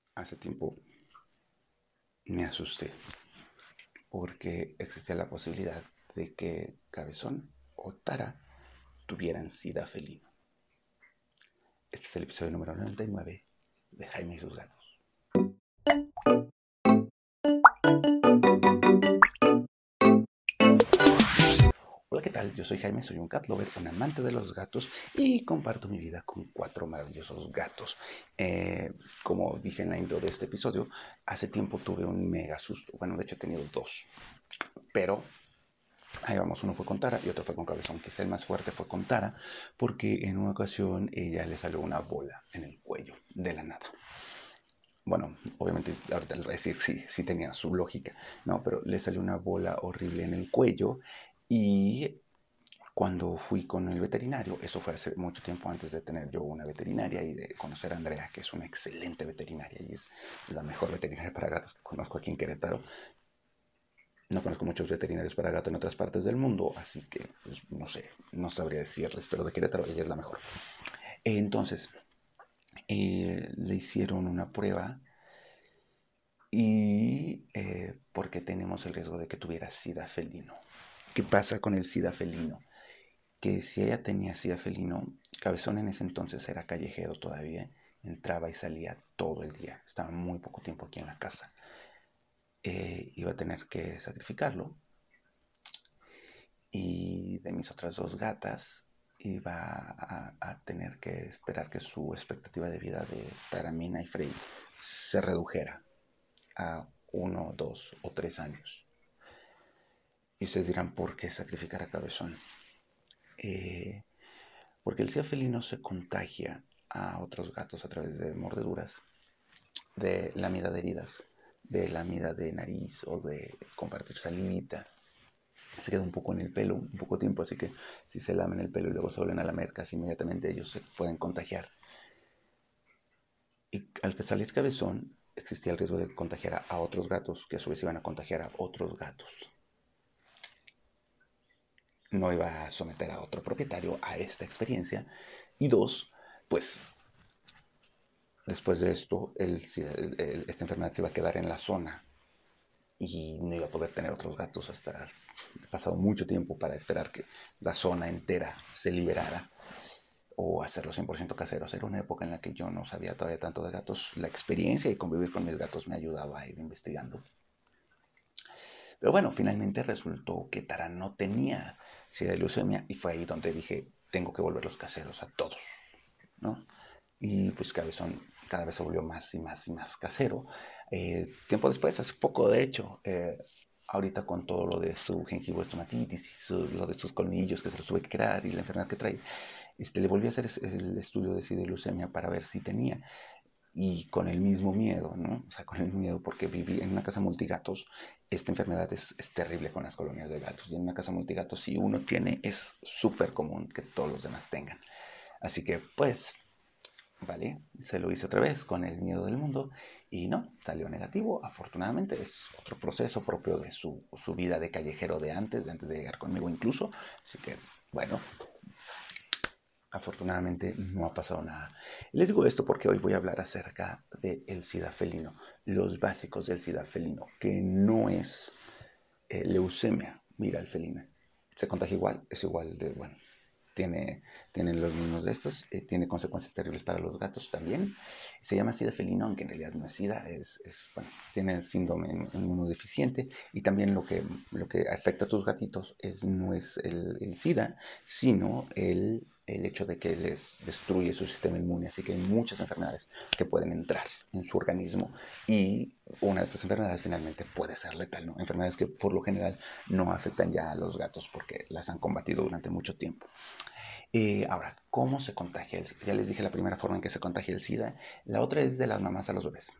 Hace tiempo me asusté porque existía la posibilidad de que Cabezón o Tara tuvieran sida felino. Este es el episodio número 99 de Jaime y sus gatos. Hola, ¿qué tal? Yo soy Jaime, soy un cat lover, un amante de los gatos y comparto mi vida con 4 maravillosos gatos. Como dije en la intro de este episodio, hace tiempo tuve un mega susto. Bueno, de hecho he tenido 2, pero ahí vamos, uno fue con Tara y otro fue con Cabezón. Quizá el más fuerte fue con Tara porque en una ocasión ella le salió una bola en el cuello de la nada. Bueno, obviamente ahorita les voy a decir sí tenía su lógica, no, pero le salió una bola horrible en el cuello y cuando fui con el veterinario, eso fue hace mucho tiempo antes de tener yo una veterinaria y de conocer a Andrea, que es una excelente veterinaria y es la mejor veterinaria para gatos que conozco aquí en Querétaro. No conozco muchos veterinarios para gato en otras partes del mundo, así que pues, no sé, no sabría decirles, pero de Querétaro ella es la mejor. Entonces, le hicieron una prueba y porque tenemos el riesgo de que tuviera sida felino. ¿Qué pasa con el sida felino? Que si ella tenía sida felino, Cabezón en ese entonces era callejero todavía, entraba y salía todo el día, estaba muy poco tiempo aquí en la casa. Iba a tener que sacrificarlo y de mis otras 2 gatas iba a tener que esperar que su expectativa de vida de Taramina y Frey se redujera a 1, 2 o 3 años. Y ustedes dirán, ¿por qué sacrificar a Cabezón? Eh, porque el sida felino se contagia a otros gatos a través de mordeduras, de lamida de heridas, de lamida de nariz o de compartir salivita. Se queda un poco en el pelo, un poco tiempo, así que si se lamen el pelo y luego se vuelven a lamer, casi inmediatamente ellos se pueden contagiar. Y al salir Cabezón, existía el riesgo de contagiar a otros gatos, que a su vez iban a contagiar a otros gatos. No iba a someter a otro propietario a esta experiencia. Y 2, pues después de esto, esta enfermedad se iba a quedar en la zona y no iba a poder tener otros gatos hasta pasado mucho tiempo para esperar que la zona entera se liberara o hacerlo 100% caseros. Era una época en la que yo no sabía todavía tanto de gatos. La experiencia y convivir con mis gatos me ayudaba a ir investigando. Pero bueno, finalmente resultó que Tara no tenía sida de leucemia y fue ahí donde dije, tengo que volverlos caseros a todos, ¿no? Y pues Cabezón cada vez se volvió más y más y más casero. Tiempo después, hace poco de hecho, ahorita con todo lo de su gingivoestomatitis y lo de sus colmillos que se los tuve que crear y la enfermedad que trae, le volví a hacer el estudio de leucemia para ver si tenía y con el mismo miedo, ¿no? O sea, con el miedo porque viví en una casa multigatos. Esta enfermedad es terrible con las colonias de gatos y en una casa multigatos si uno tiene es súper común que todos los demás tengan. Así que pues ¿vale? Se lo hice otra vez con el miedo del mundo y no, salió negativo. Afortunadamente es otro proceso propio de su vida de callejero de antes de llegar conmigo incluso. Así que, bueno, afortunadamente no ha pasado nada. Les digo esto porque hoy voy a hablar acerca del SIDA felino, los básicos del SIDA felino, que no es leucemia viral felina. Se contagia igual, es igual de, bueno, tiene, tienen los mismos de estos, tiene consecuencias terribles para los gatos también. Se llama sida felino, aunque en realidad no es sida, bueno, tiene síndrome inmunodeficiente y también lo que afecta a tus gatitos no es el sida, sino el hecho de que les destruye su sistema inmune. Así que hay muchas enfermedades que pueden entrar en su organismo y una de esas enfermedades finalmente puede ser letal, ¿no? Enfermedades que por lo general no afectan ya a los gatos porque las han combatido durante mucho tiempo. Ahora, ¿cómo se contagia el SIDA? Ya les dije la primera forma en que se contagia el SIDA. La otra es de las mamás a los bebés.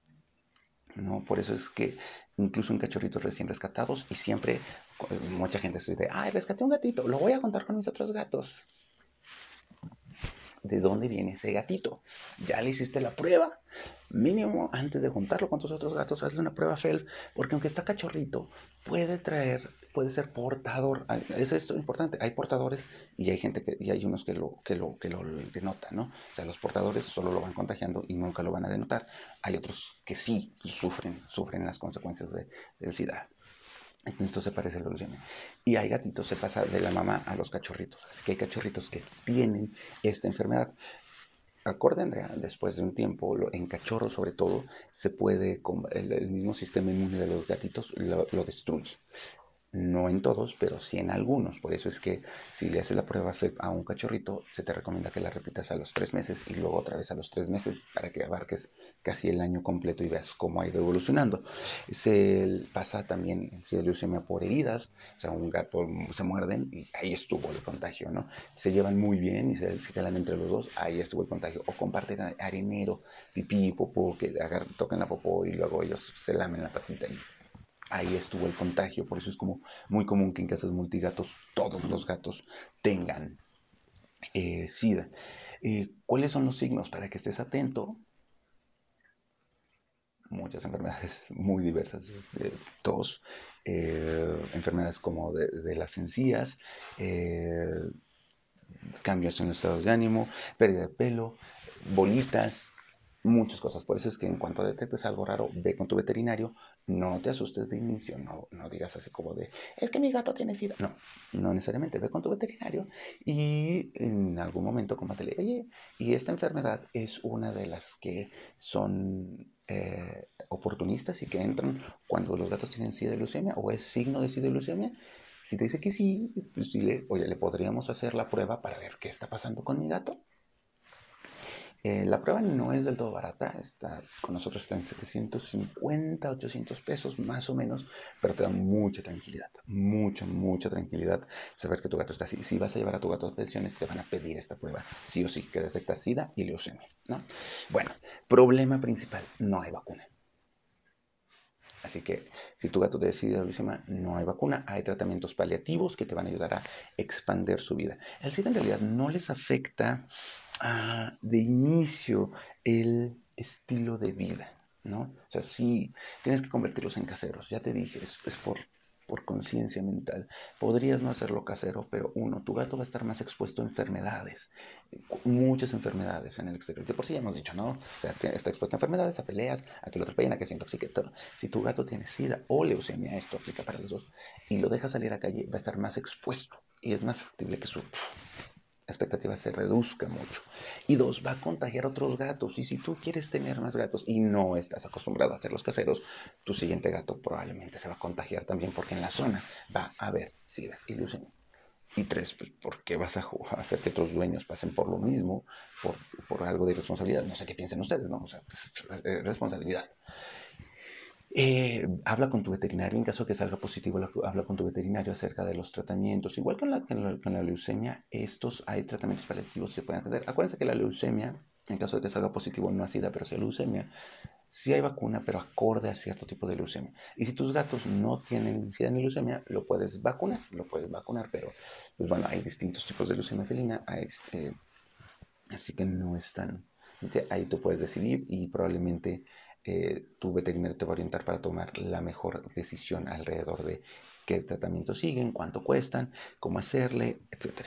¿No? Por eso es que incluso en cachorritos recién rescatados y siempre mucha gente se dice, ay, rescaté un gatito, lo voy a contar con mis otros gatos. de dónde viene ese gatito. Ya le hiciste la prueba. Mínimo, antes de juntarlo con tus otros gatos, hazle una prueba FELV, porque aunque está cachorrito, puede ser portador. Es esto importante. Hay portadores y hay gente y hay unos que lo denotan, ¿no? O sea, los portadores solo lo van contagiando y nunca lo van a denotar. Hay otros que sí sufren las consecuencias del SIDA. Esto se parece a la leucemia. Y hay gatitos, se pasa de la mamá a los cachorritos. Así que hay cachorritos que tienen esta enfermedad. Acorde, Andrea, después de un tiempo, en cachorros sobre todo, el mismo sistema inmune de los gatitos lo destruye. No en todos, pero sí en algunos. Por eso es que si le haces la prueba FEP a un cachorrito, se te recomienda que la repitas a los 3 meses y luego otra vez a los 3 meses para que abarques casi el año completo y veas cómo ha ido evolucionando. Se pasa también el leucemia por heridas, o sea, un gato se muerden y ahí estuvo el contagio, ¿no? Se llevan muy bien y se calan entre los dos, ahí estuvo el contagio. O comparten arenero, pipí, popó, que tocan la popó y luego ellos se lamen la patita y ahí estuvo el contagio. Por eso es como muy común que en casas multigatos todos los gatos tengan SIDA. ¿Cuáles son los signos? Para que estés atento. Muchas enfermedades muy diversas, tos, enfermedades como de las encías, cambios en los estados de ánimo, pérdida de pelo, bolitas, muchas cosas. Por eso es que en cuanto detectes algo raro, ve con tu veterinario, no te asustes de inicio, no digas así como de, es que mi gato tiene SIDA. No necesariamente, ve con tu veterinario y en algún momento combátele, oye, y esta enfermedad es una de las que son oportunistas y que entran cuando los gatos tienen SIDA y leucemia o es signo de SIDA y leucemia. Si te dice que sí, pues dile, oye, ¿le podríamos hacer la prueba para ver qué está pasando con mi gato? La prueba no es del todo barata, con nosotros está en 750, 800 pesos más o menos, pero te da mucha tranquilidad, mucha tranquilidad saber que tu gato está así. Si vas a llevar a tu gato a pensiones, te van a pedir esta prueba, sí o sí, que detecta SIDA y leucemia, ¿no? Bueno, problema principal, no hay vacuna. Así que si tu gato decide leucemia, no hay vacuna, hay tratamientos paliativos que te van a ayudar a expandir su vida. El SIDA en realidad no les afecta de inicio el estilo de vida, ¿no? O sea, sí, tienes que convertirlos en caseros. Ya te dije, es por conciencia mental. Podrías no hacerlo casero, pero uno, tu gato va a estar más expuesto a enfermedades, muchas enfermedades en el exterior. De por sí ya hemos dicho, ¿no? O sea, está expuesto a enfermedades, a peleas, a que lo atropellen, a que se intoxique, todo. Si tu gato tiene SIDA o leucemia, esto aplica para los dos, y lo dejas salir a calle, va a estar más expuesto y es más factible que su expectativa se reduzca mucho. Y dos, va a contagiar a otros gatos. Y si tú quieres tener más gatos y no estás acostumbrado a hacer los caseros, tu siguiente gato probablemente se va a contagiar también porque en la zona va a haber SIDA y leucemia. Y tres, pues, ¿por qué vas a hacer que otros dueños pasen por lo mismo, por algo de irresponsabilidad? No sé qué piensen ustedes, ¿no? O sea, responsabilidad. Habla con tu veterinario en caso de que salga positivo, habla con tu veterinario acerca de los tratamientos. Igual con la leucemia, hay tratamientos paliativos que se pueden atender. Acuérdense que la leucemia, en caso de que salga positivo, no a SIDA, pero sí a leucemia, sí hay vacuna, pero acorde a cierto tipo de leucemia. Y si tus gatos no tienen SIDA ni leucemia, lo puedes vacunar, pero pues bueno, hay distintos tipos de leucemia felina, así que no es tan... Ahí tú puedes decidir y probablemente tu veterinario te va a orientar para tomar la mejor decisión alrededor de qué tratamientos siguen, cuánto cuestan, cómo hacerle, etc.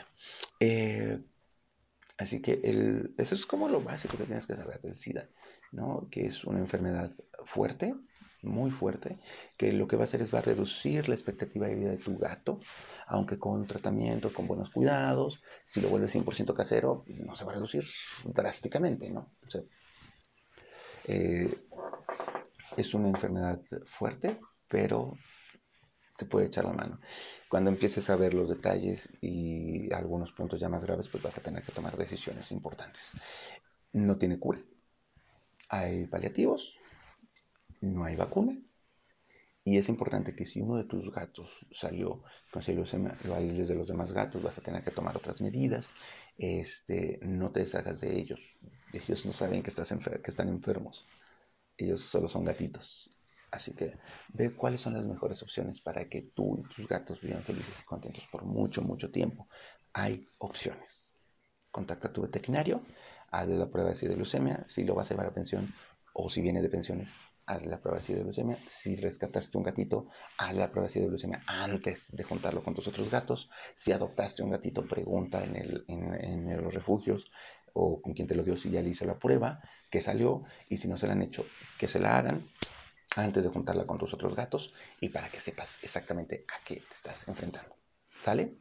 Así que eso es como lo básico que tienes que saber del SIDA, ¿no? Que es una enfermedad fuerte, muy fuerte, que lo que va a hacer es va a reducir la expectativa de vida de tu gato, aunque con tratamiento, con buenos cuidados, si lo vuelves 100% casero, no se va a reducir drásticamente, ¿no? O sea, eh, es una enfermedad fuerte, pero te puede echar la mano. Cuando empieces a ver los detalles y algunos puntos ya más graves, pues vas a tener que tomar decisiones importantes. No tiene cura. Hay paliativos, no hay vacuna. Y es importante que si uno de tus gatos salió con leucemia, lo aísles de los demás gatos, vas a tener que tomar otras medidas. No te deshagas de ellos. Ellos no saben que están enfermos. Ellos solo son gatitos. Así que ve cuáles son las mejores opciones para que tú y tus gatos vivan felices y contentos por mucho tiempo. Hay opciones. contacta a tu veterinario, hazle la prueba de SIDA y leucemia. Si lo vas a llevar a pensión o si viene de pensiones, hazle la prueba de SIDA y leucemia. Si rescataste un gatito, hazle la prueba de SIDA y leucemia antes de juntarlo con tus otros gatos. Si adoptaste un gatito, pregunta en los refugios o con quien te lo dio si ya le hizo la prueba, que salió, y si no se la han hecho, que se la hagan antes de juntarla con tus otros gatos y para que sepas exactamente a qué te estás enfrentando. ¿Sale?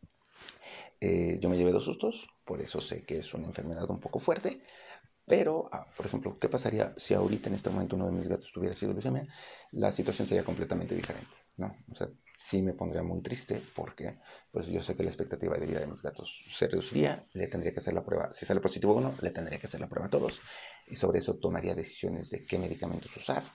Yo me llevé 2 sustos, por eso sé que es una enfermedad un poco fuerte, pero, por ejemplo, ¿qué pasaría si ahorita en este momento uno de mis gatos tuviera sido leucemia? La situación sería completamente diferente, ¿no? O sea, sí me pondría muy triste porque pues yo sé que la expectativa de vida de mis gatos se reduciría, le tendría que hacer la prueba, si sale positivo uno, le tendría que hacer la prueba a todos y sobre eso tomaría decisiones de qué medicamentos usar.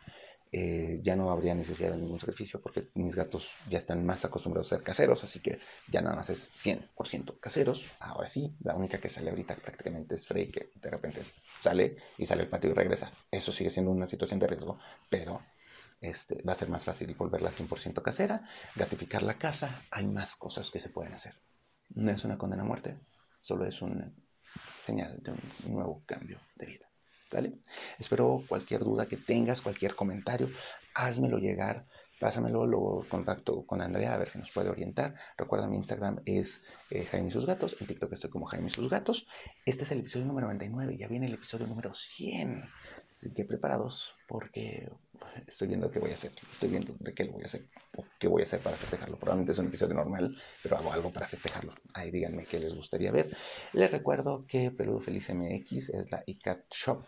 Ya no habría necesidad de ningún sacrificio porque mis gatos ya están más acostumbrados a ser caseros, así que ya nada más es 100% caseros. Ahora sí, la única que sale ahorita prácticamente es Frey, que de repente sale y sale al patio y regresa. Eso sigue siendo una situación de riesgo, pero va a ser más fácil volverla 100% casera, gatificar la casa. Hay más cosas que se pueden hacer. No es una condena a muerte, solo es una señal de un nuevo cambio de vida. ¿Sale? Espero cualquier duda que tengas, cualquier comentario, házmelo llegar, pásamelo, lo contacto con Andrea a ver si nos puede orientar. Recuerda, mi Instagram es Jaime y sus gatos, en TikTok estoy como Jaime y sus gatos. Este es el episodio número 99, ya viene el episodio número 100. Así que preparados porque estoy viendo qué voy a hacer, estoy viendo de qué lo voy a hacer o qué voy a hacer para festejarlo. Probablemente es un episodio normal, pero hago algo para festejarlo. Ahí díganme qué les gustaría ver. Les recuerdo que Peludo Feliz MX es la iCat Shop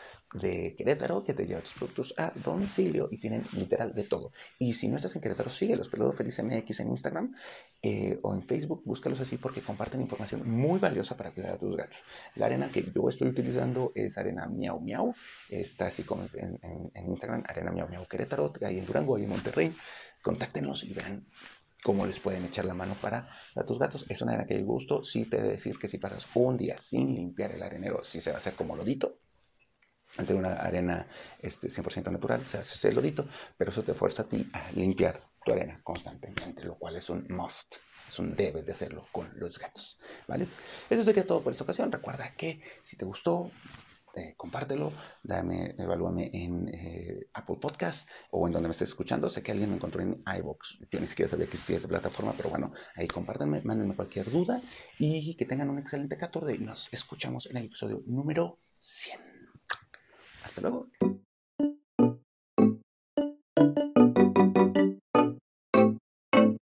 de Querétaro que te lleva tus productos a domicilio y tienen literal de todo. Y si no estás en Querétaro, síguelos, Peludo Feliz MX en Instagram o en Facebook, búscalos así porque comparten información muy valiosa para cuidar a tus gatos. La arena que yo estoy utilizando es arena Miau Miau, está así como en Instagram, arena Miau Miau Querétaro, ahí en Durango, ahí en Monterrey. Contáctenos y vean cómo les pueden echar la mano para a tus gatos. Es una arena que hay gusto. Sí te he de decir que si pasas un día sin limpiar el arenero, sí se va a hacer como lodito. Al ser una arena 100% natural, se hace lodito, pero eso te fuerza a ti a limpiar tu arena constantemente, lo cual es un must. Es un debes de hacerlo con los gatos, ¿vale? Eso sería todo por esta ocasión. Recuerda que si te gustó, compártelo, evalúame en Apple Podcast o en donde me estés escuchando. Sé que alguien me encontró en iVoox. Yo ni siquiera sabía que existía esa plataforma, pero bueno, ahí compártanme, mándenme cualquier duda y que tengan un excelente 14 y nos escuchamos en el episodio número 100. Hasta luego.